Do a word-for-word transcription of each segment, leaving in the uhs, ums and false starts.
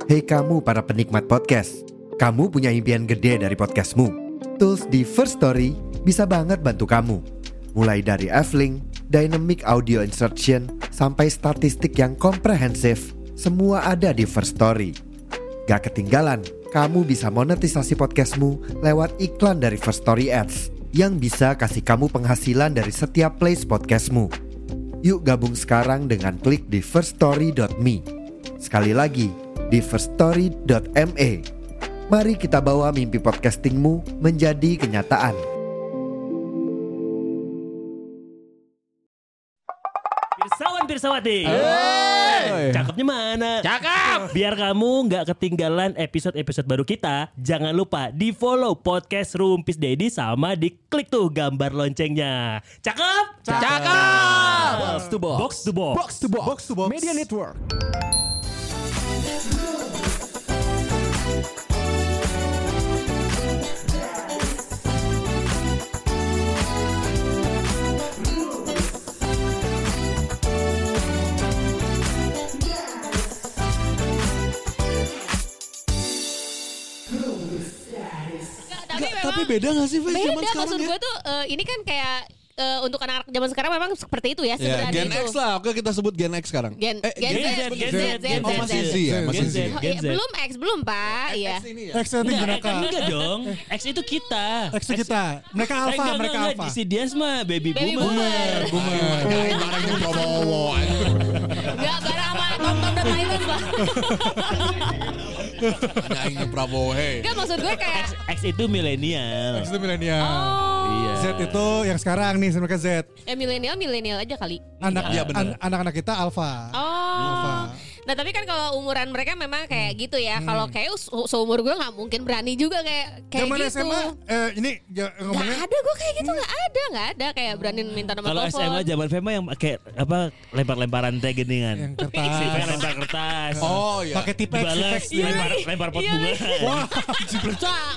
Hei kamu para penikmat podcast, kamu punya impian gede dari podcastmu? Tools di First Story bisa banget bantu kamu. Mulai dari F-Link, Dynamic Audio Insertion, sampai statistik yang komprehensif, semua ada di First Story. Gak ketinggalan, kamu bisa monetisasi podcastmu lewat iklan dari First Story Ads yang bisa kasih kamu penghasilan dari setiap plays podcastmu. Yuk gabung sekarang dengan klik di first story dot me. Sekali lagi, di first story dot me. Mari kita bawa mimpi podcastingmu menjadi kenyataan. Pirsawan Pirsawati, Hey. cakepnya mana? Cakep. Biar kamu gak ketinggalan episode-episode baru kita, jangan lupa di follow podcast Rumpis Dedi sama diklik tuh gambar loncengnya. Cakep? Cakep. Box to box. Box to box. Box to box. Box to box. Media Network. Tapi beda gak sih Fes zaman Beda, sekarang maksud ya? gue tuh uh, ini kan kayak uh, untuk anak-anak zaman sekarang memang seperti itu ya Ya, sebenarnya Gen itu. X lah, oke kita sebut Gen X sekarang. Gen, Eh, Gen, Gen Z, Z, Gen Z, Gen Oh Z, masih Gen Z ya, Gen masih Z. Z. Oh, Gen iya, Z. belum X, belum Pak, ya. X ini ya. X nanti Enggak, mereka. enggak dong. X itu kita. X itu kita. Mereka alpha, enggak, mereka enggak, alpha. Si Dias mah baby, Baby boomer. Boomer. Barang yang Prabowo. Enggak bareng sama Tom-Tom dan Mylan Pak. Ada aing Prabowo he. Enggak, maksud gue kayak X itu milenial. X itu milenial. oh. Iya. Z itu yang sekarang nih, mereka Z. Eh milenial milenial aja kali. Anak Iya, benar. an- anak-anak kita alpha. Oh. Alpha. Nah tapi kan kalau umuran mereka memang kayak gitu ya. Kalau kayak se- seumur gue nggak mungkin berani juga kayak kayak Zaman gitu. S M A eh, ini ya, Gak ngomongnya ada gue kayak gitu, nggak ada, nggak ada kayak berani minta nomor Kalau S telepon. M A zaman Fema yang kayak apa lempar-lemparan teh geningan. yang Si Fema kertas. lempar kertas. Oh iya. Pakai tipex, Dibalas, tipex. lempar, lempar pot Iya, bunga. Wah, Cak.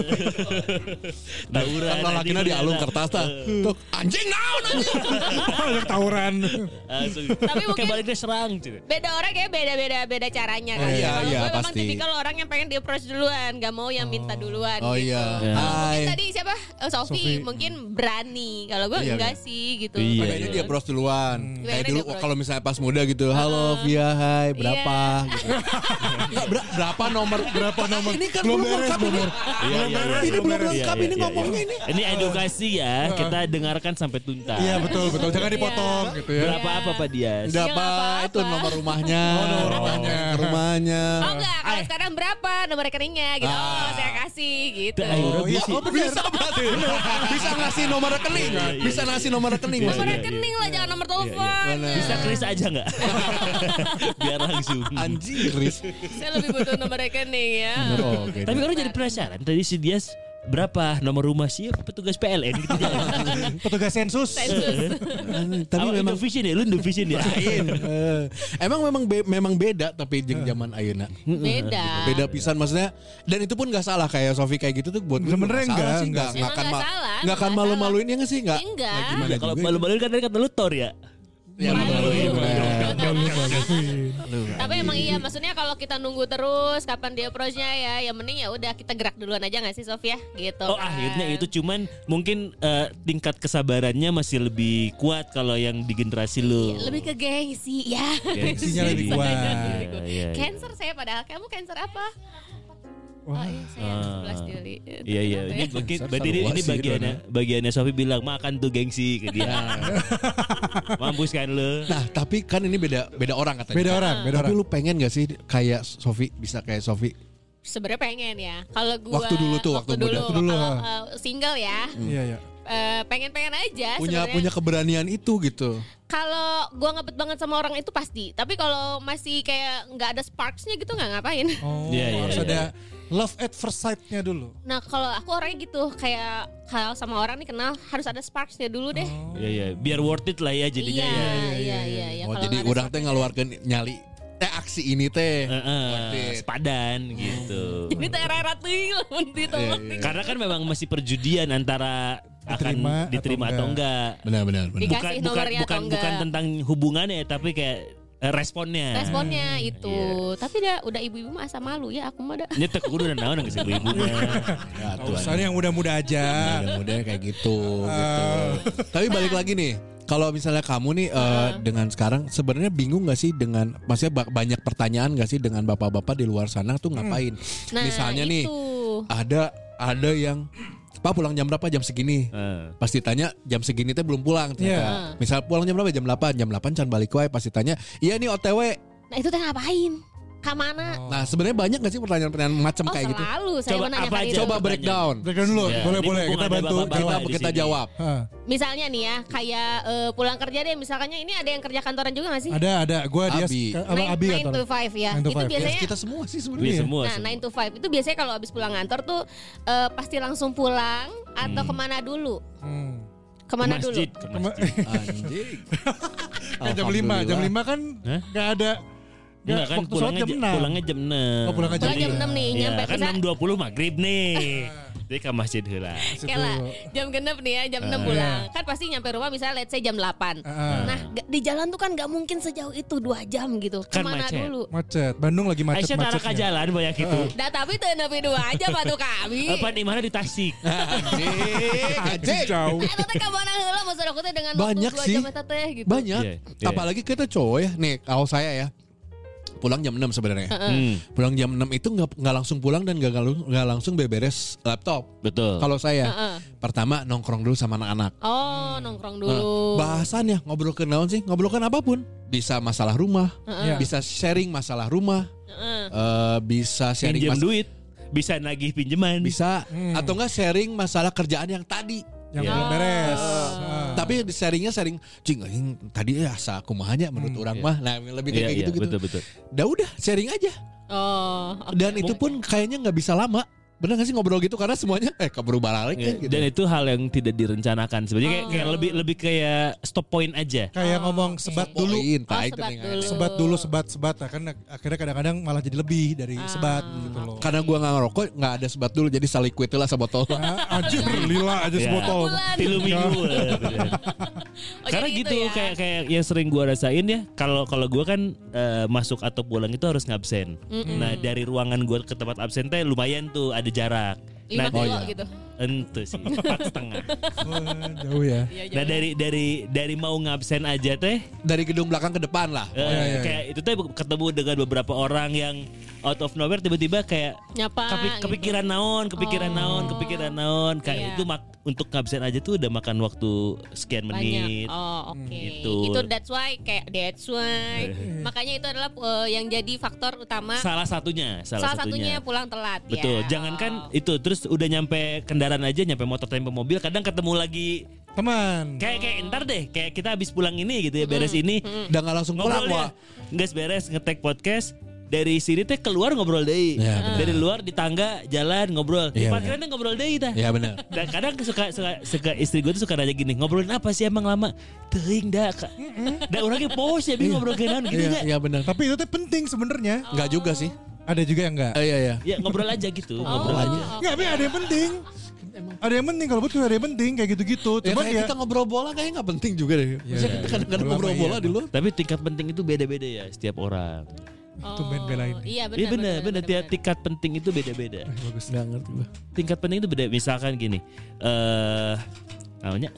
Tawuran. Kan lalakinya di alung kertas tah. Tuh anjing naon anjing. banyak tawuran. Langsung. Tapi mungkin- Kayak baliknya serang. Cuy. Beda orang kayak beda-beda beda caranya kan. Iya, Kalau iya, gue memang pasti. tipikal orang yang pengen di approach duluan, gak mau yang minta duluan Oh gitu. iya. Ya. Kalau mungkin Hai. tadi siapa? Oh, Sofi Sofi. mungkin berani. Kalau gue Iya, enggak iya. sih gitu. Iya, Kayaknya iya. dia approach duluan. Kayak Kayaknya dulu dia approach. kalau misalnya pas muda gitu, halo Via, hai, berapa? Gitu. Nggak, ber- berapa nomor? Berapa nomor? Ini kan Belum belum beres, lengkap belum ini. beres. Iya, iya, iya. Ini belum Iya, lengkap iya, ini iya, ngomongnya iya. ini. Ini edukasi ya, kita dengarkan sampai tuntas. Iya betul betul. Jangan dipotong gitu ya. Berapa apa Pak Dias? Udah Ya, apa? nggak apa-apa. Itu nomor rumahnya. Oh, nomor rumahnya. Rumahnya. Oh enggak, kalau Ay. sekarang berapa nomor rekeningnya gitu. Oh, saya kasih gitu. Ayo, Oh, iya. sih. Oh, bener. Bisa berarti. Bisa ngasih nomor rekening. Iya, iya, Bisa iya. ngasih nomor rekening. Iya, Nomor maksudnya. iya. rekening lah, jangan nomor telepon. Bener. Bisa Kris aja nggak? Biar langsung. Anjing Chris. Saya lebih butuh nomor rekening ya. Oh, oke. Tapi orang jadi penasaran. Tadi si Dias berapa nomor rumah sih petugas P L N gitu dia. Petugas sensus. Sensus. Tapi Apa, memang Indovision ya, lu Indovision ya. lain. Eh, Emang memang be- memang beda tapi jeung zaman ayeuna. Beda. Beda pisan maksudnya dan itu pun gak salah kayak Sofi kayak gitu tuh buat gue Sebenarnya nggak salah enggak, sih, enggak. nggak nggak akan Emang ma- nggak salah, nggak akan nggak malu-maluin ya nggak sih nggak Enggak. Nggak gimana Ya, kalau juga. malu-maluin kan tadi kata lu Thor ya. Ya, malu-maluin, bener. Tapi emang iya, maksudnya kalau kita nunggu terus kapan dia approach-nya ya, yang mending ya udah kita gerak duluan aja nggak sih Sofia gitu. Oh kan. akhirnya itu cuman mungkin eh, tingkat kesabarannya masih lebih kuat kalau yang di generasi lu. Iya, lebih ke gengsi ya. Gengsinya lebih kuat. Iya, iya. Cancer saya padahal kamu cancer apa? Oh, iya, saya Ah. sebelas Juli. Iya iya ini mungkin Besar berarti ini, sarua ini sih, bagiannya bagiannya Sofi bilang makan tuh gengsi ke dia. Mampus kan lu. Nah tapi kan ini beda beda orang katanya. Beda orang, beda Tapi orang. lu pengen gak sih kayak Sofi bisa kayak Sofi? Sebenarnya pengen ya. Kalau gua Waktu dulu tuh, waktu muda. dulu, Waktu dulu, kalau, ah. uh, single ya. Iya iya. eh, pengen-pengen aja Punya sebenarnya. punya keberanian itu gitu. Kalau gua ngebet banget sama orang itu pasti. Tapi kalau masih kayak nggak ada sparksnya gitu nggak ngapain. Oh, Iya, iya, harus iya. ada love at first sight-nya dulu. Nah kalau aku orangnya gitu, kayak kalau sama orang nih kenal harus ada sparksnya dulu deh. Iya iya biar worth it lah ya jadinya Iya, ya. iya, iya, iya. Oh Kalau jadi nggak ada orang teh ngeluarkan nyali teh aksi ini teh. Heeh, Worth it. sepadan gitu. Jadi terera tuh nanti tuh. Iya, iya. Karena kan memang masih perjudian antara Diterima akan diterima atau atau enggak. Benar benar benar. Dikasih Bukan bukan nomornya bukan atau bukan enggak. tentang hubungannya tapi kayak Eh, responnya. responnya itu. Iya. Tapi dah udah ibu-ibu mah asa malu ya, aku mah dah. Nyetek kudu udah naon geus ibu-ibu mah. Ya, tuh Soalnya yang muda-muda aja. mudah-mudahan kayak gitu, gitu. Tapi balik lagi nih, kalau misalnya kamu nih uh, dengan sekarang sebenarnya bingung gak sih dengan, maksudnya ba- banyak pertanyaan gak sih dengan bapak-bapak di luar sana tuh ngapain? Nah, Misalnya nih itu. ada ada yang Pak pulang jam berapa? Jam segini. Eh. Pasti tanya jam segini teh belum pulang. Iya. Misal pulang jam berapa? Jam delapan. Jam delapan can balik wae. Pasti tanya, iya nih O T W. Nah itu teh ngapain? Kamana? Nah sebenarnya banyak gak sih pertanyaan-pertanyaan macam Oh kayak gitu? selalu saya Coba menanyakan apa aja? itu. Coba breakdown. Breakdown dulu, Ya, boleh ini boleh mumpung kita ada bantu. bapak-bapak Kita di kita sini. jawab. Hah. Misalnya nih ya, kayak eh, pulang kerja deh, misalkannya ini ada yang kerja kantoran juga gak sih? Ada ada, gue dia Abi. apa Nine- Abi nine kantor. to five ya. Nine to Itu five. Ya, biasanya kita semua sih Iya sebenarnya. semua. Nah, semua. nine to five itu biasanya kalau habis pulang kantor tuh eh, pasti langsung pulang atau kemana dulu? Hmm. Kemana Ke dulu? masjid, ke masjid. Anjing. Kan jam lima, jam Alhamdulillah. lima kan Hah? nggak ada. Enggak kan waktu sholat pulangnya jam jam enam. pulangnya jam enam. Oh, pulangnya jam Pulang jam enam. enam nih, Iya, nyampe kan bisa enam dua puluh maghrib nih. Jadi ke masjid heula. Kela, jam genep nih ya, jam enam pulang. Kan pasti nyampe rumah misalnya let's say jam delapan. Ah. Nah, ga- di jalan tuh kan gak mungkin sejauh itu dua jam gitu. Kan Kemana macet. dulu? Macet. Bandung lagi Aisyah tara macet-macetnya. ka jalan banyak itu. Dah tapi tuh nepi dua aja batu kami. Apa di mana di Tasik? Anjing. Anjing. Jauh. Eta teh kemana heula maksud aku teh dengan Banyak waktu dua sih. jam eta teh gitu. Banyak. Iya, iya. Apalagi kita cowok ya. Nih kalau saya ya. Pulang jam enam sebenarnya. Hmm, Pulang jam enam itu nggak nggak langsung pulang dan nggak nggak langsung beberes laptop. betul. Kalau saya Heeh. pertama nongkrong dulu sama anak-anak. Oh, nongkrong Nah, dulu. bahasannya ngobrol ke naon sih? Ngobrolkan apapun. Bisa masalah rumah, Iya. bisa sharing masalah rumah, Heeh. eh, bisa sharing Pinjam mas- duit, bisa nagih pinjaman. bisa Hmm. atau enggak sharing masalah kerjaan yang tadi. Yang Iya. belum beres. Oh. Ah. Tapi di sharingnya sharing, cing, aing tadi ya asa kumahanya menurut orang iya. mah. Nah, lebih Iya, kayak iya, gitu gitu. betul betul. Dah udah sharing aja. Oh, oke. Dan itu pun kayaknya nggak bisa lama. Bener gak sih ngobrol gitu karena semuanya eh keburu balik Iya, kan gitu. Dan itu hal yang tidak direncanakan. Sebenarnya kayak, Oh. kayak lebih lebih kayak stop point aja. Kayak Oh, ngomong oke. sebat dulu. Poin, Oh, tai itu sebat nih, dulu. Sebat dulu, sebat, sebat. Nah, kan akhirnya kadang-kadang malah jadi lebih dari Ah. sebat gitu loh. Karena gua nggak ngerokok, nggak ada sebat dulu jadi saliquid lah sebotol. Ah, anjir, lila aja Iya. sebotol. Bulan. Tilu minggu. bener. Oh, Karena jadi gitu ya. kayak kayak yang sering gua rasain ya, kalau kalau gua kan eh, masuk atau pulang itu harus ngabsen. Nah, dari ruangan gua ke tempat absen teh lumayan tuh ada jarak. lima Nah, kilo iya. gitu. ente sih empat setengah. Wah, jauh ya. Iya, Nah, dari dari dari mau ngabsen aja teh Dari gedung belakang ke depan lah. eh, iya, iya. kayak itu teh ketemu dengan beberapa orang yang out of nowhere tiba-tiba kayak Nyapa. kepi- gitu. kepikiran naon, kepikiran Oh. naon, kepikiran naon. Kayak Iya. itu mak- untuk ngabsen aja tuh udah makan waktu sekian menit. Banyak. Oh, oke. Gitu. Itu that's why kayak that's why. Makanya itu adalah eh, yang jadi faktor utama. Salah satunya, salah, Salah satunya pulang telat Betul, ya. jangankan Oh. itu terus udah nyampe kendaraan aja, nyampe motor, nyampe mobil, kadang ketemu lagi Teman. kayak kayak ntar deh, kayak kita habis pulang ini gitu ya, beres ini, Udah nggak langsung pulang ngobrol wah. ya, nggak beres ngetek podcast. Dari sini teh keluar ngobrol deh, Ya, bener. dari luar di tangga jalan ngobrol, di Iya, parkiran teh ngobrol deh dah. Ya benar. Dan kadang suka suka suka istri gue tuh suka nanya gini, ngobrolin apa sih emang lama? Teuing dah, Kak. Da orangnya pos ya, bingung ngobrol kenaon gitu Iya, ya. iya benar. Tapi itu tuh penting sebenarnya. Enggak juga sih. Ada juga yang enggak. Eh, iya iya. Ya ngobrol aja gitu, ngobrol Oh, aja. Enggak, tapi ada yang penting. Ada yang penting kalau buat ada yang penting kayak gitu-gitu. Ya, Cuman kayak ya kita ngobrol bola kayaknya nggak penting juga deh. Maksudnya kita kadang-kadang bola ngobrol mah bola iya, di luar. Tapi tingkat penting itu beda-beda ya setiap orang. itu main belain. Iya benar. Iya benar, benar. benar, Tiap tingkat penting itu beda-beda. Bagus. Nggak ngerti gua. Tingkat penting itu beda. Misalkan gini, eh, namanya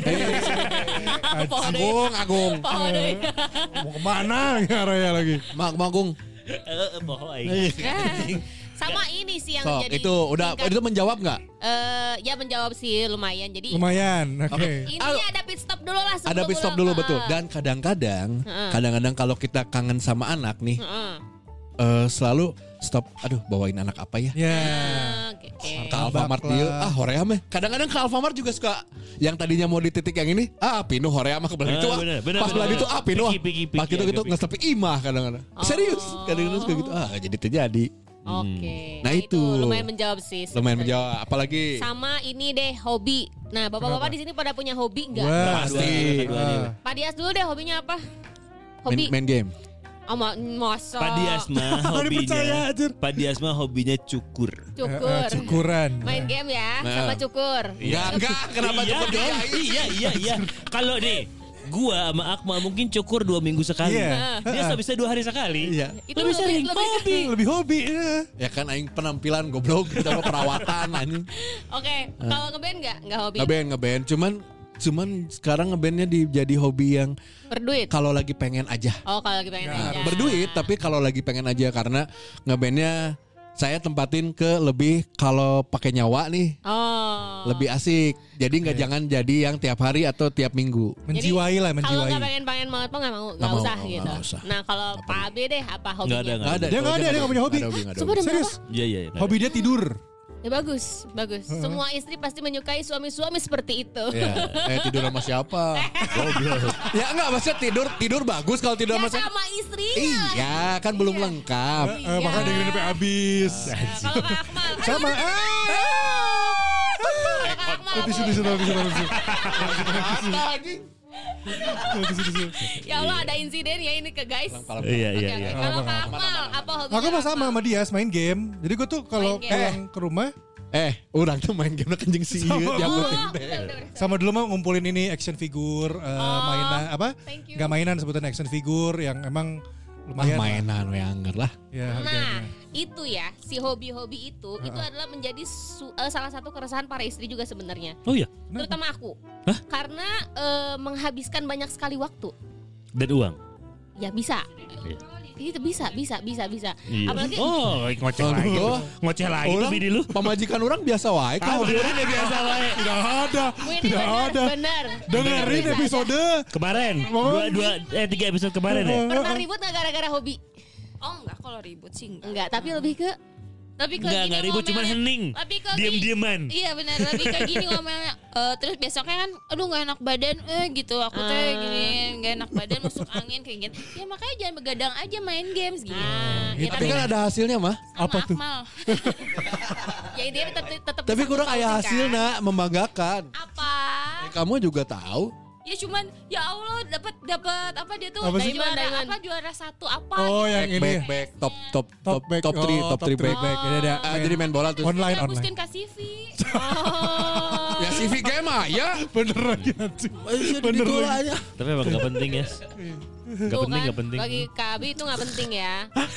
Agung, Agung. Oh, deh. Mau kemana arahnya lagi? Mak, Agung. eh bohong aing. Ya. Sama ini sih yang Sok, jadi itu udah tingkat- itu menjawab nggak? Eh, ya menjawab sih lumayan. Jadi Lumayan. Oke. intinya ada pit stop dulu lah. sebelum Ada pit stop pulang. dulu Heeh. betul. Dan kadang-kadang, Heeh. kadang-kadang kalau kita kangen sama anak nih, Heeh. eh, selalu stop. Aduh, bawain anak apa ya? Ya. Ah, oke, oke. Ke Alfamart Martabak dia, lah. ah Horea mah. Kadang-kadang ke Alfamart juga suka yang tadinya mau di titik yang ini, ah Pino Horea mah kebelah Ah, itu ah. bener, bener, Pas bener, belah bener. itu ah Pino. ah. Piki, piki, piki, Pas gitu gitu agak nggak tapi imah kadang-kadang. Oh. Serius, kadang-kadang suka gitu. Ah jadi terjadi. Oke. Nah, itu. lumayan menjawab sih. Lumayan sebenarnya. menjawab. Apalagi Sama ini deh hobi. Nah, bapak-bapak di sini pada punya hobi enggak? Wah, pasti. ah. Pak Dias dulu deh hobinya apa? main, Hobi. main game. Oh, ma- masa. Pak Dias mah Nggak dipercaya, hobinya, anjir. Pak Dias mah hobinya cukur. Cukur. Eh, eh, Cukuran. Main game ya, Nah. sama cukur. Enggak, enggak. Kenapa iya, cukup dong. dia? iya, iya, iya. Kalau nih, Gua sama Akmal mungkin cukur dua minggu sekali. Iya. Dia bisa dua hari sekali. Iya. Itu Lebih sering. lebih- Hobi. Lebih hobi. Ya. Ya kan aing penampilan goblok kita mah perawatan anjing. Oke, kalau ngeband nggak? Nggak hobi. Ngeband ngeband cuman cuman sekarang ngebandnya di, jadi hobi yang Berduit. kalau lagi pengen aja. Oh, kalau lagi pengen aja. Berduit tapi kalau lagi pengen aja karena ngebandnya saya tempatin ke lebih kalau pakai nyawa nih Oh. lebih asik. Jadi nggak jangan jadi yang tiap hari atau tiap minggu. Menjiwai lah, Kalau menjiwai. nggak pengen pengen banget mah nggak mau, nggak Nggak mau, usah nggak gitu. usah. Nah kalau Pak Abe deh apa hobinya? Nggak ada, nggak Nggak ada. Dia nggak ada, dia nggak punya hobi. Nggak ada nggak ada Coba hobi. demi Serius? apa? Iya iya. Hobi dia tidur. Ya bagus, bagus. Semua istri pasti menyukai suami-suami seperti itu. Ya, eh tidur sama siapa? Goblok. Ya enggak maksudnya tidur tidur bagus kalau tidur Ya sama siapa? sama istrinya. Iya, kan belum lengkap. Eh, eh, makanya dengerin sampai habis. Nah, kalau Kak Akmal, Sama. Ah. kalau Kak Akmal, Tisu, tisu, tisu, tisu, tisu. Tisu, tisu. ya Allah ada insiden ya ini ke guys. Iya Oke, iya oke. iya. Kalau Kak Akmal apa hobinya? Aku mah sama Akmal? sama dia, main game. Jadi gue tuh kalau Main game. pulang ke rumah Eh, orang tuh main game kencing sih Sama yang Oh, penting. udah, udah, udah. sama dulu mah ngumpulin ini action figure, eh, mainan apa? thank you. Gak mainan sebutan action figure yang emang Ah, lumayan. lah. mainan we anger lah. Ya Nah, harganya. itu ya si hobi-hobi itu itu adalah menjadi su- eh, salah satu keresahan para istri juga sebenarnya. Oh iya. Terutama aku. Hah? Karena eh, menghabiskan banyak sekali waktu. Dan uang. Ya bisa. Iya. Itu bisa, bisa, bisa, bisa. Iya. Apalagi Oh, ngoceh lagi. Oh. Ngoceh lagi tuh Orang bini lu. pemajikan orang biasa wae Ah, kau. bini orang udah biasa wae. Tidak ada, Wih, ini tidak bener, ada. bener. Dengerin Bisa episode. Kemarin dua dua eh tiga episode kemarin ya. aja. Pernah ribut gak gara-gara hobi? Oh enggak, kalau ribut sih enggak. Enggak, tapi lebih ke Tapi ke Enggak, gini enggak ribut, cuman ngomelnya. hening. Lebih ke gini. Diam-diaman. Iya benar, lebih kayak gini ngomelnya. Eh, terus besoknya kan, aduh nggak enak badan, eh gitu. Aku teh Ah. gini, nggak enak badan, masuk angin kayak gitu. Ya makanya jangan begadang aja main games gitu. Ah, ya, Tapi kan ada hasilnya mah. Sama apa tuh? Akmal. ya dia tetap tetap Tapi bisa kurang aya solusikan. hasilnya membanggakan. Apa? Eh, kamu juga tahu. Ya cuman ya Allah dapat dapat apa dia tuh Apa sih? juara Diamond, apa juara satu apa Oh gitu. yang ini. Back back top top top back. top three Oh, top three back. back. Ini ada Ah, jadi main bola tuh. online online. Hapuskan ke C V. Oh. Ya C V game ya. Bener lagi anjing. Bener aja. Tapi emang gak penting ya. Gak Tuh penting kan, gak penting. Bagi Kabi itu gak penting ya.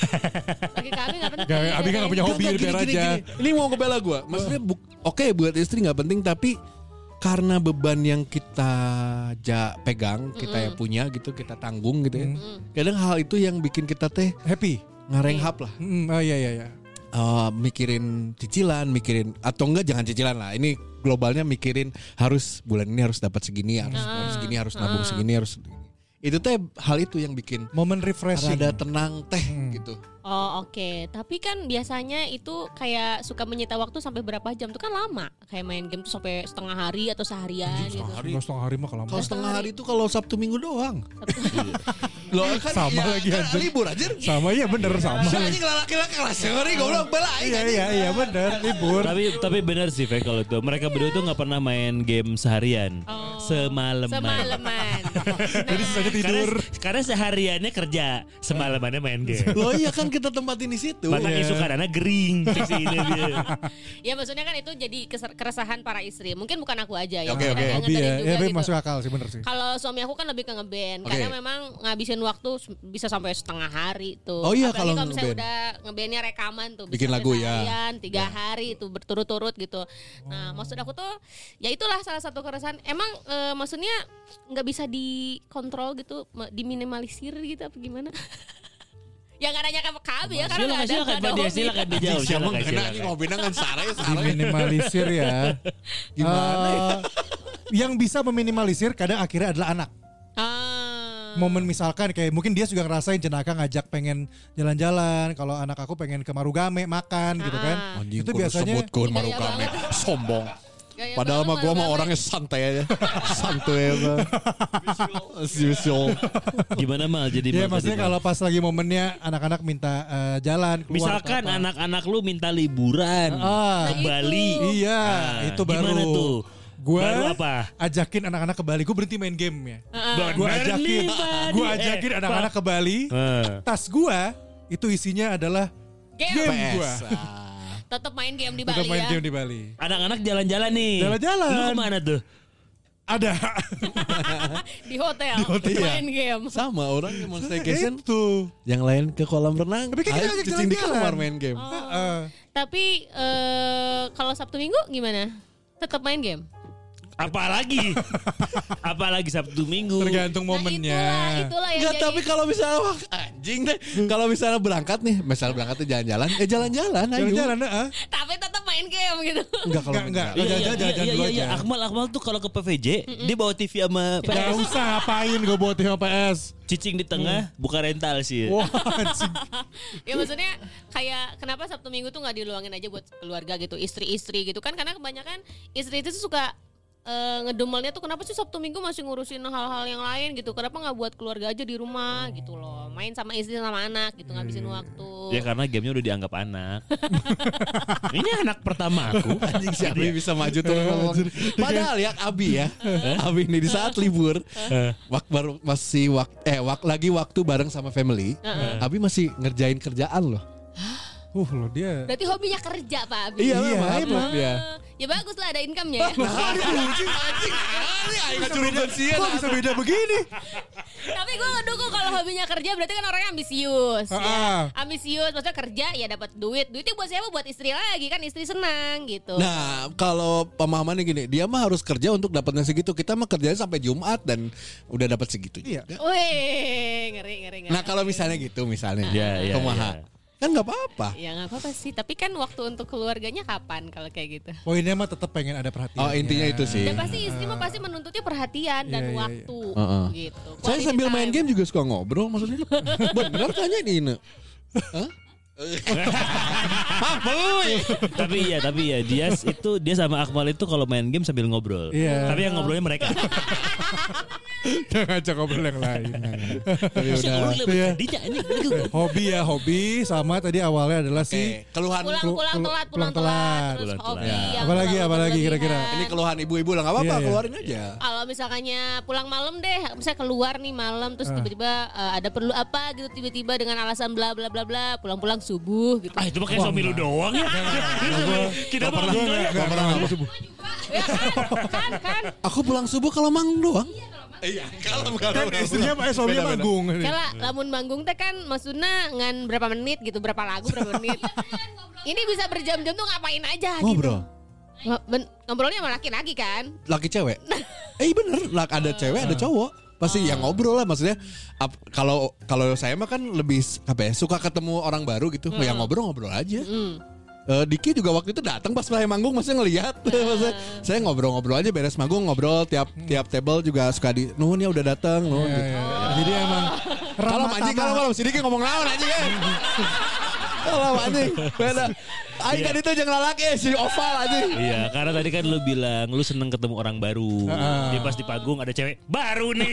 Bagi Kabi gak penting. Gak, Abi kan gak punya hobi, Enggak, biar gini, gini, aja. gini. Ini mau ngebela gue. Maksudnya bu- oke buat istri nggak penting tapi karena beban yang kita ja pegang, kita yang punya gitu, kita tanggung gitu ya. Kadang hal itu yang bikin kita teh Happy. ngarenghap lah. Hmm, oh iya iya iya. Eh, mikirin cicilan, mikirin atau enggak jangan cicilan lah. Ini globalnya mikirin harus bulan ini harus dapat segini, harus harus segini, harus nabung segini, harus itu teh hal itu yang bikin Momen refreshing. rada tenang teh gitu. Oh oke, tapi kan biasanya itu kayak suka menyita waktu sampai berapa jam tuh kan lama. Kayak main game tuh sampai setengah hari atau seharian gitu. Hari. Setengah hari mah kalau Kalau setengah hari itu kalau Sabtu Minggu doang. Loh kan Sama ya, lagi, kan anjing. libur aja. Sama iya bener sama. Si anjing laki-laki kelas sehari goblok bela aing, Iya anjing. iya iya bener libur. Tapi tapi benar sih Fe kalau itu. Mereka berdua tuh nggak pernah main game seharian. Oh. Semalaman. Semalaman. Jadi sisanya tidur. Karena, karena sehariannya kerja, semalamannya main game. Loh iya kan kita tempatin di situ. Mata Iya. isu karena gering. Fix ini dia. Ya maksudnya kan itu jadi keser- keresahan para istri. Mungkin bukan aku aja ya. Oke, oke. Mereka yang Hobi ya. ngedengerin Ya juga tapi gitu. masuk akal sih bener sih. Kalau suami aku kan lebih ke ngeband. Oke. Karena memang ngabisin waktu s- bisa sampai setengah hari tuh. Oh iya, Apalagi kalau kalau misalnya ngeband. udah ngebandnya rekaman tuh. bisa Bikin sampai lagu, ya. seharian, tiga hari itu berturut-turut gitu. Nah maksud aku tuh ya itulah salah satu keresahan. Emang eh, maksudnya nggak bisa dikontrol gitu, ma- diminimalisir gitu apa gimana? Ya nggak nanya ke kami ya karena Silakan nggak ada, silakan nggak ada Pak Dia hobi. silakan dijawab. Siapa Silakan kena silakan. anjing ngobrolnya kan sarah ya sarah. Diminimalisir ya. Gimana ya? Eh, Yang bisa meminimalisir kadang akhirnya adalah anak. Ah. Momen misalkan kayak mungkin dia juga ngerasain jenaka ngajak pengen jalan-jalan. Kalau anak aku pengen ke Marugame makan gitu kan. Ah. Anjing Itu kudu biasanya sebutkeun Gaya Marugame banget. sombong. Gaya Padahal mah banget gua mah Marugame. orangnya santai aja. Santuy aja. As usual. Gimana mal jadi ya mal maksudnya tadi, Mal? kalau pas lagi momennya anak-anak minta eh, jalan keluar Misalkan atau apa. anak-anak lu minta liburan Ah. ke Bali. Iya, Ah, itu baru. Gimana tuh? Gua Baru apa? ajakin anak-anak ke Bali. Gue berhenti main game ya. Bener Gue ajakin, nih, Pak. gue Eh, ajakin Pak. anak-anak ke Bali. Eh. Tas gue itu isinya adalah Game. game P gue. S. Tetap main game di Tetap Bali main ya. game di Bali. Anak-anak jalan-jalan nih. Jalan-jalan. Lu kemana tuh? Ada. Di hotel, main game. Sama orang yang mau staycation, Itu. yang lain ke kolam renang, Tapi kan kita ayo ngajak cicing di jalan-jalan. kamar main game. Heeh. Tapi eh, kalau Sabtu Minggu gimana? Tetap main game? Apalagi apalagi Sabtu Minggu. Tergantung momennya. Nah, itulah, itulah yang Enggak, jadi. tapi kalau misalnya wah, anjing deh. Kalau misalnya berangkat nih, misalnya berangkat tuh jalan-jalan, eh jalan-jalan ayo. Jalan-jalan, heeh. Tapi tetap main game gitu. Enggak kalau Enggak, enggak. menjalan. Iya, iya, Jalan-jalan, iya, jalan iya, dulu iya. aja. Akmal Akmal tuh kalau ke P V J dia bawa T V sama P Gak S. usah ngapain gue bawa T V P S. Cicing di tengah, buka rental sih. Wah, anjing. Ya maksudnya kayak kenapa Sabtu Minggu tuh nggak diluangin aja buat keluarga gitu, istri-istri gitu kan, karena kebanyakan istri itu suka eh, ngedemelnya tuh kenapa sih Sabtu Minggu masih ngurusin hal-hal yang lain gitu, kenapa nggak buat keluarga aja di rumah gitu loh, main sama istri sama anak gitu, ngabisin waktu. Ya karena gamenya udah dianggap anak. Ini anak pertama aku. Anjing si Abi bisa maju tuh ngomong. Padahal ya Abi ya, Abi ini di saat libur, wak baru masih wak eh wak lagi waktu bareng sama family, Abi masih ngerjain kerjaan loh. Uh, lo dia. Berarti hobinya kerja Pak Abi. Iya, Iya, memang emang. dia. Ya bagus lah ada income-nya ya. Kok bisa beda begini? Tapi gue ngedukung kalau hobinya kerja berarti kan orangnya ambisius. Ah, Ya. ah. Ambisius maksudnya kerja ya dapat duit. Duitnya buat siapa? Buat istri lagi kan, istri senang gitu. Nah, kalau pemahamannya gini, dia mah harus kerja untuk dapatnya segitu. Kita mah kerjanya sampai Jumat dan udah dapat segitu. Iya. juga. Wih, ngeri ngeri ngeri. Nah, kalau misalnya gitu misalnya, Iya, iya, kumaha. iya. Kan nggak apa-apa. Ya nggak apa-apa sih, tapi kan waktu untuk keluarganya kapan kalau kayak gitu? Poinnya mah tetap pengen ada perhatian. Oh, intinya itu sih. Dan pasti istri mah pasti menuntutnya perhatian dan Iya, iya, iya. waktu Heeh. gitu. Saya Quality sambil main time. game juga suka ngobrol maksudnya. Bener tanya ini. Ine. Hah? Tapi iya, tapi ya dia itu dia sama Akmal itu kalau main game sambil ngobrol. Iya. Tapi yang ngobrolnya mereka. Jangan ngajak ngobrol yang lain. Tapi udah. Iya. Dia ini Hobi ya, hobi sama tadi awalnya adalah si Oke, keluhan Pulang Kelu- pulang kelu- telat, pulang pulang telat, telat. terus Pulang hobi telat. yang Apalagi, terlalu apalagi berlebihan. kira-kira? ini keluhan ibu-ibu lah nggak apa-apa, Iya, iya. keluarin aja. Kalau misalkannya pulang malam deh, misalnya keluar nih malam terus tiba-tiba eh, ada perlu apa gitu tiba-tiba dengan alasan bla bla bla bla, pulang-pulang subuh gitu. Ah itu mah kayak suami lu doang ya. Kita mah gitu ya. Nggak pernah aku subuh. Ya kan, kan, kan. Aku pulang subuh kalau mang doang. Iya, kalau Kan istrinya Pak suaminya manggung. Kala lamun manggung teh kan maksudnya ngan berapa menit gitu, berapa lagu berapa menit. Ini bisa berjam-jam tuh ngapain aja gitu. Ngobrol. Ngo- ben- Ngobrolnya sama laki-laki kan. Laki cewek. Eh bener, lak ada cewek ada cowok. Pasti yang ngobrol lah maksudnya. ap- Kalau kalau saya mah kan lebih apa ya, suka ketemu orang baru gitu. Yang ngobrol-ngobrol aja. Eh, Diki juga waktu itu datang pas saya manggung masih ngelihat. Maksudnya, saya ngobrol-ngobrol aja beres manggung ngobrol tiap tiap table juga suka di nuhun ya udah datang nuhun Iya, gitu. iya, iya. Jadi emang Kalau anjing kalau malam si Diki ngomong naon anjing ya. Kalau anjing beda. Aing kan itu jangan lalaki si oval anjing. Iya, karena tadi kan lu bilang lu seneng ketemu orang baru. Dia pas di panggung ada cewek baru nih.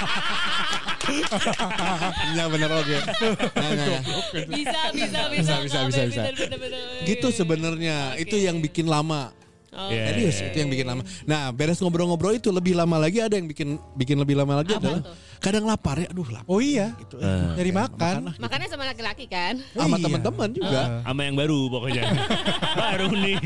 Ya bener oke. Nah, nah, nah. Bisa, bisa, bisa. Bisa, bisa, bisa, bisa. Bener, bener, bener. Gitu sebenarnya itu yang bikin lama. Oh. Iya, Serius iya, itu yang bikin lama. Nah beres ngobrol-ngobrol itu lebih lama lagi ada yang bikin bikin lebih lama lagi Apa adalah tuh? kadang lapar ya, aduh lapar. Oh iya, Gitu. nyari makan. Makanya sama laki-laki kan. Sama Iya. teman-teman juga. Sama yang baru pokoknya. Baru nih.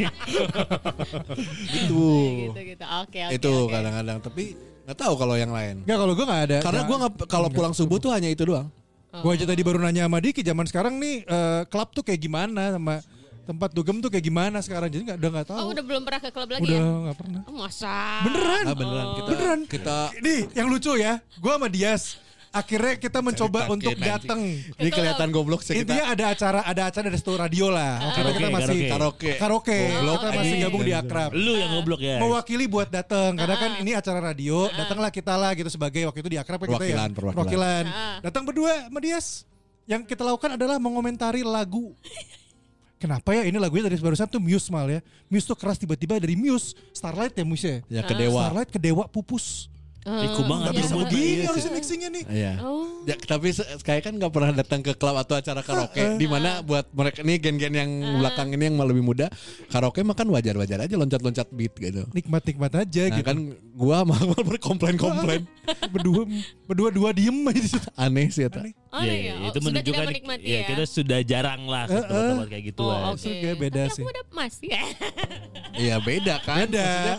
Gitu. Gitu gitu. Oke, oke. Itu oke. kadang-kadang tapi nggak tahu kalau yang lain. Enggak, kalau gue nggak ada. Karena gue nggak kalau pulang subuh tuh hanya itu doang. Gue aja tadi baru nanya sama Diki, zaman sekarang nih eh, klub tuh kayak gimana, sama tempat dugem tuh kayak gimana sekarang, jadi nggak udah nggak tahu. Oh, udah belum pernah ke klub lagi Udah ya? nggak pernah. Oh, masa? Beneran? Ah, beneran kita Beneran. kita Nih yang lucu ya, gue sama Dias akhirnya kita mencoba Cerita untuk kayak datang. ini kelihatan goblok sih kita. Intinya ada acara, ada acara dari satu radio lah. Waktu itu Karaoke, kita masih karaoke. karaoke. Goblok, Kita masih anjing. gabung di Akrab. Lu yang goblok ya. Mewakili buat datang karena kan ini acara radio, datanglah kita lah gitu sebagai waktu itu di Akrab kan kita ya Perwakilan, perwakilan. Datang berdua sama Dias. Yang kita lakukan adalah mengomentari lagu. Kenapa ya ini lagunya dari barusan tuh Muse mal ya. Muse tuh keras tiba-tiba dari Muse, Starlight ya Muse ya. Ya ke dewa. Starlight ke Dewa pupus. Iku banget. Gak bisa Iya, begini iya, harusnya mixingnya nih. Iya. Oh. Ya, tapi se- kayak kan nggak pernah datang ke klub atau acara karaoke di mana buat mereka nih gen-gen yang belakang ini yang malah lebih muda karaoke mah kan wajar-wajar aja loncat-loncat beat gitu. Nikmat-nikmat aja Nah gitu. kan gua sama Akmal berkomplain-komplain. berdua berdua dua diem aja di situ. Aneh sih eta. Oh, Iya, iya, iya, oh, itu sudah menunjukkan tidak menikmati ya, ya. kita sudah jarang lah ke tempat-tempat kayak gitu. Oh, kan. oke. Kayak beda Tapi sih. aku udah masih ya. Iya beda kan. Beda. Maksudnya,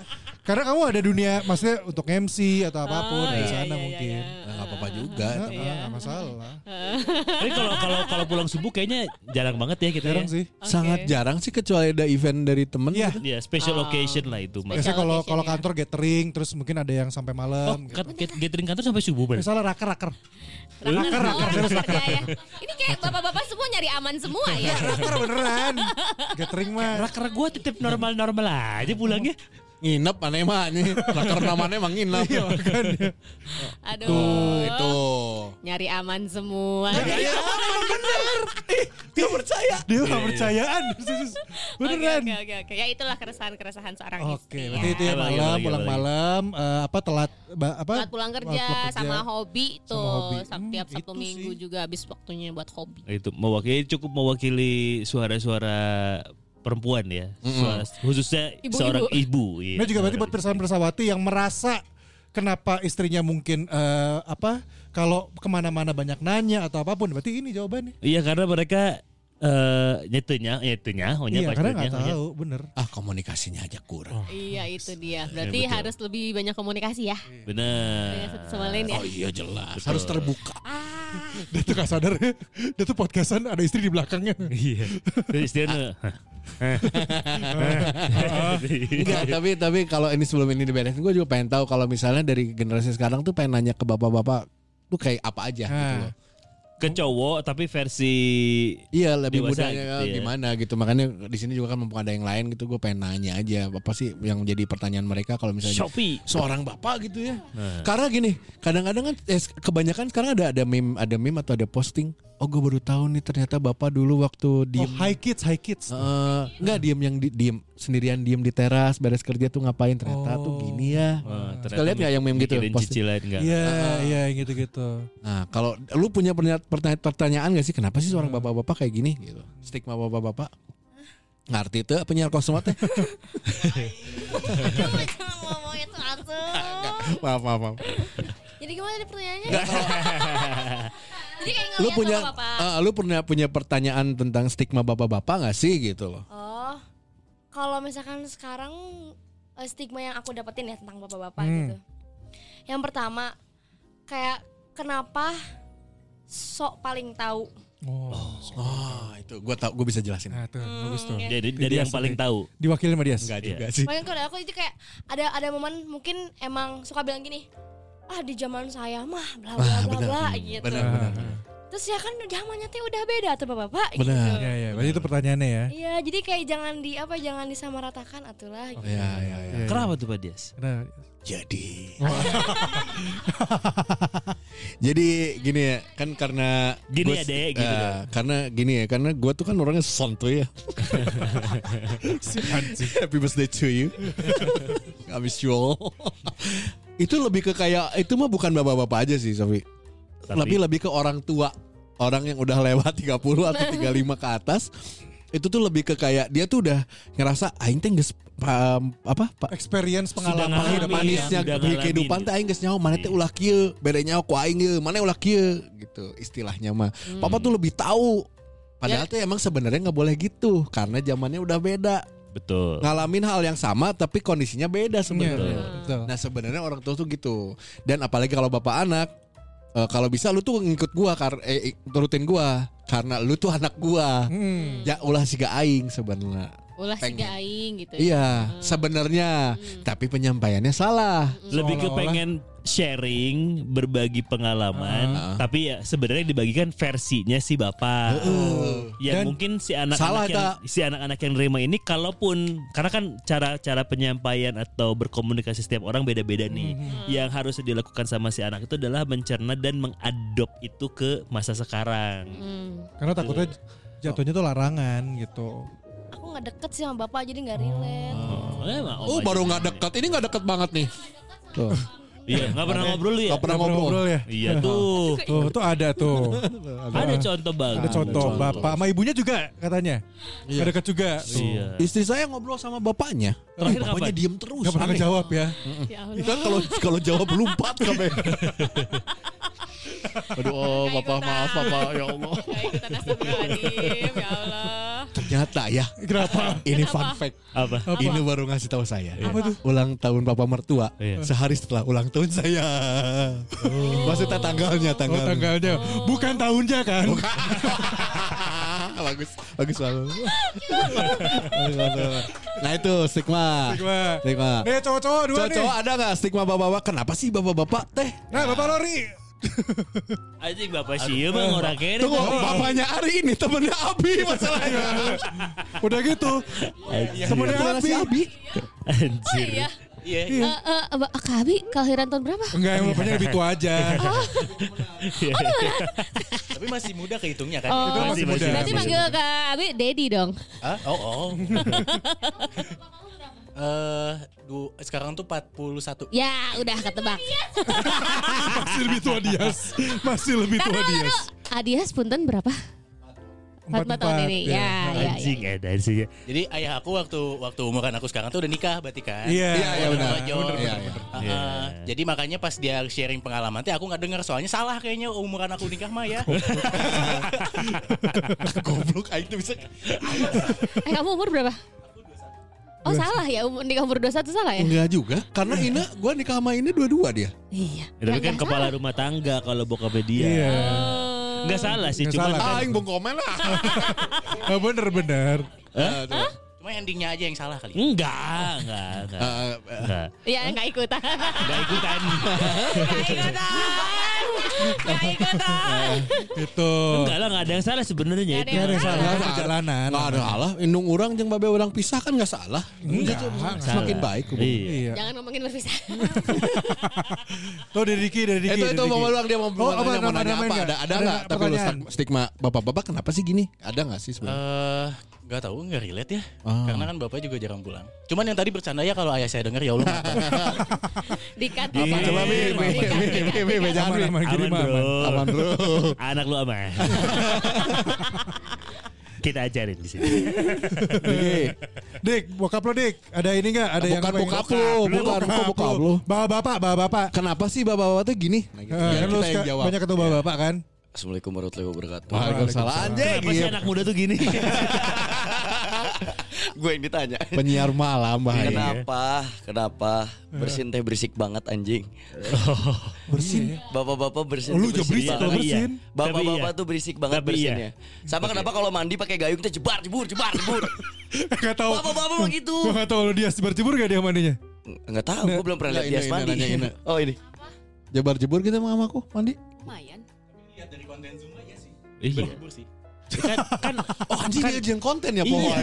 Karena kamu ada dunia maksudnya untuk M C atau apapun Oh, di iya, sana iya, mungkin. iya, Nah, nggak apa-apa juga. Nah, nggak masalah. Tapi kalau kalau kalau pulang subuh kayaknya jarang banget ya kita Jarang ya. sih. Sangat jarang sih kecuali ada event dari temen. Iya. Ya special Oh. occasion lah itu mas. Biasanya kalau occasion kalau ya. kantor gathering terus mungkin ada yang sampai Oh, malam. gitu. kat- kat- gathering kantor sampai subuh berarti. Misalnya raker-raker. Raker, Raker, raker, oh, serius raker ya. Ini kayak bapak-bapak semua nyari aman semua ya. Raker beneran. Gathering mah. Raker gue titip normal-normal aja pulangnya. Nginep aneh mah nih. Raker namanya emang nginep. Iya makanya. Aduh. Tuh, itu. Nyari aman semua. Iya aman bener. Ih, dia percaya. Dia nggak percayaan. Serius. Beneran. Oke, oke, oke. Ya itulah keresahan-keresahan seorang Oke, istri. berarti ya. itu ya Apa lagi, malam, apa lagi, pulang apa lagi? malam, eh, apa telat, ba- apa? Telat pulang kerja, Telat sama hobi tuh. Sama hobi. Setiap Hmm, Sabtu itu Minggu sih. juga habis waktunya buat hobi. Itu mewakili cukup mewakili suara-suara perempuan ya. Suara, khususnya Ibu-ibu. seorang ibu. Iya. Ini juga berarti buat persawan-persawati yang merasa kenapa istrinya mungkin eh, apa kalau kemana-mana banyak nanya atau apapun, berarti ini jawabannya. Iya karena mereka eh nyetunya, nyetunya, ohnya Iya, karena nggak ohnya. tahu, bener. Ah, komunikasinya aja kurang. Iya itu dia. Berarti betul. harus lebih banyak komunikasi ya. Benar. Dengan satu sama lain ya. Oh iya jelas. Harus terbuka. Dia tuh gak sadar ya, dia tuh podcastan ada istri di belakangnya. Iya. Terus istilahnya. Enggak, tapi tapi kalau ini sebelum ini diberesin, gue juga pengen tahu kalau misalnya dari generasi sekarang tuh pengen nanya ke bapak-bapak tuh kayak apa aja gitu Nah. loh. Ke cowok tapi versi Iya lebih Dewasa mudanya gitu ya. gimana gitu, makanya di sini juga kan mumpung ada yang lain gitu, gue pengen nanya aja apa sih yang jadi pertanyaan mereka kalau misalnya Shopee. seorang bapak gitu ya. Nah. Karena gini, kadang-kadang kan eh, kebanyakan sekarang ada ada meme ada meme atau ada posting. Oh gue baru tahu nih ternyata bapak dulu waktu Oh, diem. high kids, high kids. Eh, enggak diem yang di, diem sendirian diem di teras beres kerja tuh ngapain ternyata Oh. tuh gini ya. Wah, Terus kalian nggak yang meme gitu? mikirin Posting. cicilan enggak? Iya, iya gitu-gitu. Nah kalau lu punya pernya- pertanyaan pertanyaan gak sih kenapa sih seorang bapak-bapak kayak gini gitu? Stigma bapak-bapak. Ngerti tuh penyiar kosmo teh. Jangan ngomong itu langsung. Maaf maaf maaf. Jadi gimana nih pertanyaannya? Jadi kayak Lu ngeliat punya bapak-bapak. eh, lu punya punya pertanyaan tentang stigma bapak-bapak gak sih gitu loh? Oh, kalau misalkan sekarang eh, stigma yang aku dapetin ya tentang bapak-bapak Hmm. gitu. Yang pertama, kayak kenapa sok paling tahu? Oh, Oh itu gue tau gue bisa jelasin. nah tuh bagus tuh. ya. Jadi dari yang Dias, paling oke. tahu. Diwakili sama Dias. Enggak Iya. juga sih. Makanya kalau aku itu kayak ada ada momen mungkin emang suka bilang gini, ah di zaman saya mah bla bla Ah, bla benar. bla Hmm, gitu. benar, benar. Terus ya kan zamannya teh udah beda tuh bapak-bapak Benar. gitu. Iya, iya, berarti itu pertanyaannya ya. Iya, jadi kayak jangan di apa jangan disamaratakan atulah gitu. Iya iya iya. Iya. Kenapa tuh Pak Dias? Nah, Jadi Jadi gini ya, kan karena Gini gua- ya, Dek, gitu eh, deh. karena gini ya, karena gue tuh kan orangnya santuy ya. Happy birthday to you. I miss you all. Itu lebih ke kayak itu mah bukan bapak-bapak aja sih, Sofi. Tapi- Lebih lebih ke orang tua, orang yang udah lewat tiga puluh atau tiga puluh lima ke atas. Itu tuh lebih ke kayak dia tuh udah ngerasa aing teh geus pam- apa pa- experience Sudah pengalaman ngalamin. hidup Manisnya manisnya udah di ngalamin kehidupan gitu. teh aing geus nyaho mana teh ulah kieu, bere nyaho ku aing ge, mana ulah kieu gitu istilahnya mah. Papa tuh lebih tahu. Padahal tuh emang sebenarnya nggak boleh gitu karena zamannya udah beda. Betul. Ngalamin hal yang sama tapi kondisinya beda sebenarnya. Iya, betul. Nah sebenarnya orang tua tuh gitu. Dan apalagi kalau bapak anak, eh, kalau bisa lu tuh ngikut gua karena eh, turutin gua karena lu tuh anak gua. Hmm. Ya ulah siga aing sebenarnya. Ulah pengen. siga aing gitu. ya. Iya, sebenarnya. Tapi penyampaiannya salah. Lebih ke Seolah-olah- pengen sharing, berbagi pengalaman, Ah. tapi ya sebenarnya dibagikan versinya si bapak. Yang Dan mungkin si salah, anak-anak yang si anak-anak yang nerima ini kalaupun karena kan cara-cara penyampaian atau berkomunikasi setiap orang beda-beda nih. Yang harus dilakukan sama si anak itu adalah mencerna dan mengadop itu ke masa sekarang. Hmm. Karena takutnya jatuhnya tuh larangan gitu. Aku nggak deket sih sama bapak jadi nggak relate. Oh, emang, Oh, oh, baru nggak dekat. Ini nggak dekat banget nih. Tuh. iya, nggak pernah ngobrol lu ya? Nggak pernah Nggak pernah ngobrol. ya. Iya tuh. Tuh, tuh ada tuh. Ada contoh bagus. Ada contoh contoh. bapak sama ibunya juga katanya. Iya. Nggak deket juga. Tuh. Iya. Istri saya ngobrol sama bapaknya. Terakhir Bapaknya kapan? diem terus. Nggak pernah aneh. ngejawab ya. Ya Allah. Kan kalau kalau jawab lompat kabe. Aduh, oh, Nggak bapak ikutan. maaf bapak ya Allah. Gak ikutan astagfirullahaladzim. Ya Allah. Ternyata ya. Kenapa? Ini Kenapa? fun fact. Apa? Ini baru ngasih tahu saya. Apa tuh? Ulang tahun papa mertua Iya. sehari setelah ulang tahun saya. Maksudnya tanggalnya, Oh, tanggalnya. tanggalnya. Bukan tahunnya kan? bagus, bagus banget. Nah itu stigma. Stigma. Stigma. Nih cowok-cowok dua nih. Cowok-cowok ada nggak stigma bapak-bapak? Kenapa sih bapak-bapak teh? Nah, Bapak Lori. Anjing bapak sih emang orang kere. Tunggu, bapaknya Ari ini temennya Abi masalahnya. Udah gitu. Temennya Temennya Abi. si Abi. Anjir. Iya. Iya. Eh, eh, Abah- Kak Abi kelahiran tahun berapa? Enggak, yang bapaknya lebih tua aja. Tapi masih muda kehitungnya kan. Oh, Itu masih muda. berarti manggil Kak Abi Daddy dong. Hah? Oh, oh. Eh, du- sekarang tuh empat puluh satu. Ya, udah ketebak. Masih lebih tua Dias. Masih lebih tua Taruh, Dias. taruh. Adias punten berapa? Empat empat tahun ini. Ya, ya, ya. Anjing edan sih. Jadi ayah aku waktu waktu umuran aku sekarang tuh udah nikah berarti kan. Iya, Iya, iya benar. Bener, Bener, bener, iya, bener. iya. Uh, Iya. Jadi makanya pas dia sharing pengalaman teh aku nggak dengar soalnya salah kayaknya umuran aku nikah mah ya. Goblok aing tuh bisa. Eh, kamu umur berapa? Oh, salah ya. Umur nikah umur dua puluh satu salah ya? Enggak juga, karena Ina gua nikah sama ini dua-dua dia. Iya. Ya, tapi Ya, kan nggak kepala salah. rumah tangga kalau bokapnya dia. Iya. Enggak salah sih, Nggak cuma salah. kan Aing bong komen lah. Oh, bener-bener. Cuma endingnya aja yang salah kali. enggak, enggak, enggak. Eh, Enggak. Iya, nggak ikutan. Enggak ikutan. Nggak ikutan. Nggak ikutan. Itu. Enggak lah, enggak ada yang salah sebenarnya Nggak ada itu. Gak ada yang salah. Nggak ada. Perjalanan. Nggak ada salah, indung orang jeung babe orang pisah kan nggak salah. Enggak. Semakin Salah. baik. hubungan. Iya. Iya. Jangan ngomongin berpisah. Tuh dari Diki, dari Diki. Itu dari itu Diki. mau bilang dia mau Oh, apa, nanya, mau nama- nanya nama apa? enggak? Ada ada Ada nggak? Tapi lu pertanyaan. stigma bapak-bapak kenapa sih gini? Ada nggak sih sebenarnya? Eh, nggak tahu, nggak relate ya. Ah. Karena kan bapak juga jarang pulang. Cuman yang tadi bercanda ya kalau ayah saya denger ya Allah. Dikat. Apa? Coba mi mi mi mi mi jangan mi. Aman, aman, kirim Aman, aman. bro. Aman bro. Anak lu aman. Kita ajarin di sini. Dik, bokap lo Dik. Ada ini enggak? Ada yang Bukan apa- bokap lu, bukan bukan bokap lu. Bawa bapak, bawa bapak. Kenapa sih bapak-bapak tuh gini? Nah, gitu. Eh, Biar kan lu kita yang suka jawab. banyak ketemu bawa bapak kan? Assalamualaikum warahmatullahi wabarakatuh. Waalaikumsalam. Anjing. Kenapa sih anak muda tuh gini? Gue yang ditanya. Penyiar malam bahaya. Kenapa? Kenapa? Bersin teh berisik banget anjing. Bersin. Bapak-bapak bersin Oh, lu tuh juga berisik banget. kalau Tapi bersin. iya. Bapak-bapak Tapi tuh berisik banget Tapi bersinnya. Sama kenapa kalau mandi pakai gayung teh jebar jebur jebar jebur. Enggak tahu. Bapak-bapak begitu. Gua enggak tahu lu dia sebar-jebur enggak dia mandinya? Enggak tahu, gue belum pernah Nggak, lihat dia ini, ini, mandi. nanya, ini. Oh ini. Jebar jebur kita sama aku mandi. Lumayan. Lihat dari konten Zoom aja sih. Iya. Libur sih. Kan, kan Oh anjing dia ajian konten ya Iya. pokoknya.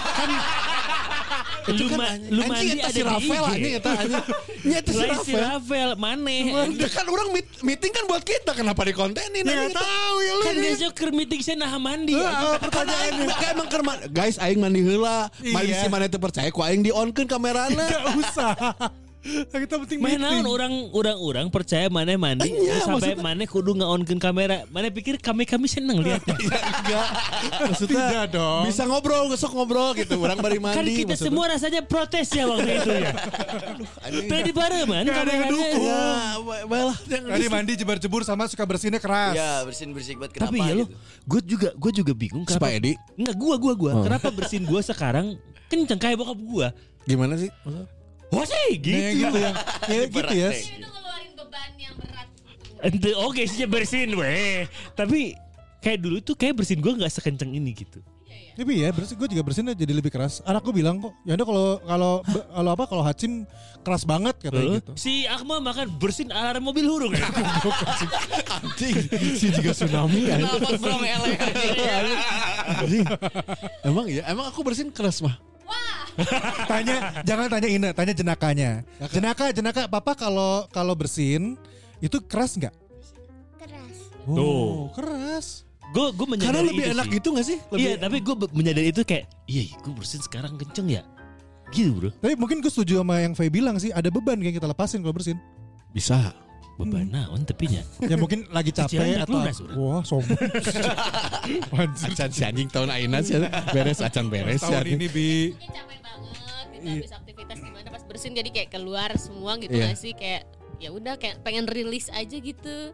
lu, kan ma- anjing. lu Anjing, mandi eta ada si di Rafael I G. anjing eta anjing. Nya eta si Lain si Rafael. Rafael, maneh. Udah kan orang meet- meeting kan buat kita, kenapa dikontenin? Enggak tahu ya lu. Kan besok keur meeting saya nah mandi. Pertanyaannya kayak emang keur man- guys aing mandi heula. Mandi Iya. si mana teu percaya ku aing di-on-keun kamerana. Enggak usah. Kita penting Main meeting. naon orang orang orang percaya maneh mandi Iya, sampai maksudnya- maneh kudu ngaonkeun kamera. Maneh pikir kami-kami seneng lihatnya. Enggak. Maksudnya Tidak dong. bisa ngobrol, besok ngobrol gitu. Orang bari mandi. Kan kita maksudnya. semua rasanya protes ya waktu itu ya. Tadi bareman Nggak ada yang kameranya. ngedukung. Ya, ba- baiklah. Tadi mandi jebar-jebur sama suka bersinnya keras. Ya bersin berisik banget. Kenapa Tapi ya lo, gitu? gue juga gue juga bingung Si Pak Edi? Enggak, gua gua gua. Oh. Kenapa bersin gua sekarang kenceng kayak bokap gua? Gimana sih? Wah sih Nah, yang gitu. gitu yang ya gitu ya. Itu ngeluarin beban yang berat. Ente oke sih bersin weh. Tapi kayak dulu tuh kayak bersin gua nggak sekenceng ini gitu. Tapi ya bersin gue juga bersinnya jadi lebih keras. Anak gue bilang kok, ya udah kalau kalau kalau apa kalau Hacim keras banget katanya Heeh. gitu. Si Akmal makan bersin alarm mobil hurung ya. Anjing. Si juga tsunami kan. Kenapa bro elek? Anjing. Emang ya, emang aku bersin keras mah. Tanya, jangan tanya Ina, tanya jenakanya. Jenaka, jenaka, papa kalau kalau bersin itu keras nggak? Keras. Oh, keras. Gue gue menyadari Karena lebih itu enak sih. gitu gak sih? Lebih Iya, tapi gue menyadari itu kayak, iya, gue bersin sekarang kenceng ya. Gitu bro. Tapi mungkin gue setuju sama yang Faye bilang sih, ada beban yang kita lepasin kalau bersin. bisa. Beban naon tepinya. Ya mungkin lagi Cicilan capek jak atau lunas, udah. wah sombong. Anjir. Acan si anjing tahun aina sih beres acan beres Tahun ya. ini bi Mungkin capek banget gitu Iya. habis aktivitas gimana pas bersin jadi kayak keluar semua gitu Iya. nggak sih kayak ya udah kayak pengen rilis aja gitu.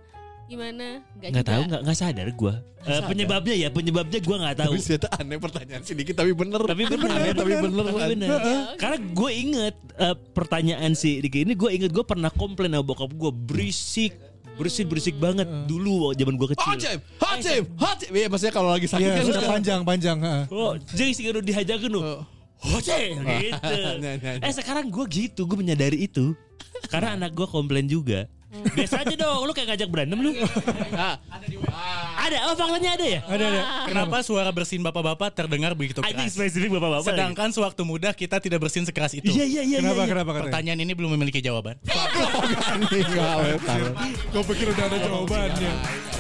Gimana? Nggak tahu, nggak nggak sadar gue. Uh, penyebabnya ya, penyebabnya gue nggak tahu. Tapi ternyata aneh pertanyaan sedikit tapi bener. Tapi bener, tapi bener. Tapi bener. Karena gue inget uh, pertanyaan si Diki ini, gue inget gue pernah komplain sama bokap gue berisik, berisik berisik banget dulu zaman gue kecil. Hacim, hacim, hacim. Iya maksudnya kalau lagi sakit Iya, kan sudah panjang-panjang. Oh, jadi sih udah dihajakin lu. Hoce gitu. Eh sekarang gue gitu, gue menyadari itu. Karena anak gue komplain juga. Biasa aja dong, lu kayak ngajak berantem lu. Ada, oh faktanya ada ya? Ada ada. Kenapa suara bersin bapak-bapak terdengar begitu Anjing keras? spesifik bapak-bapak. Sedangkan sewaktu muda kita tidak bersin sekeras itu. Iya iya iya. Kenapa iya. kenapa katanya? Pertanyaan ini belum memiliki jawaban. Gue pikir udah ada jawabannya.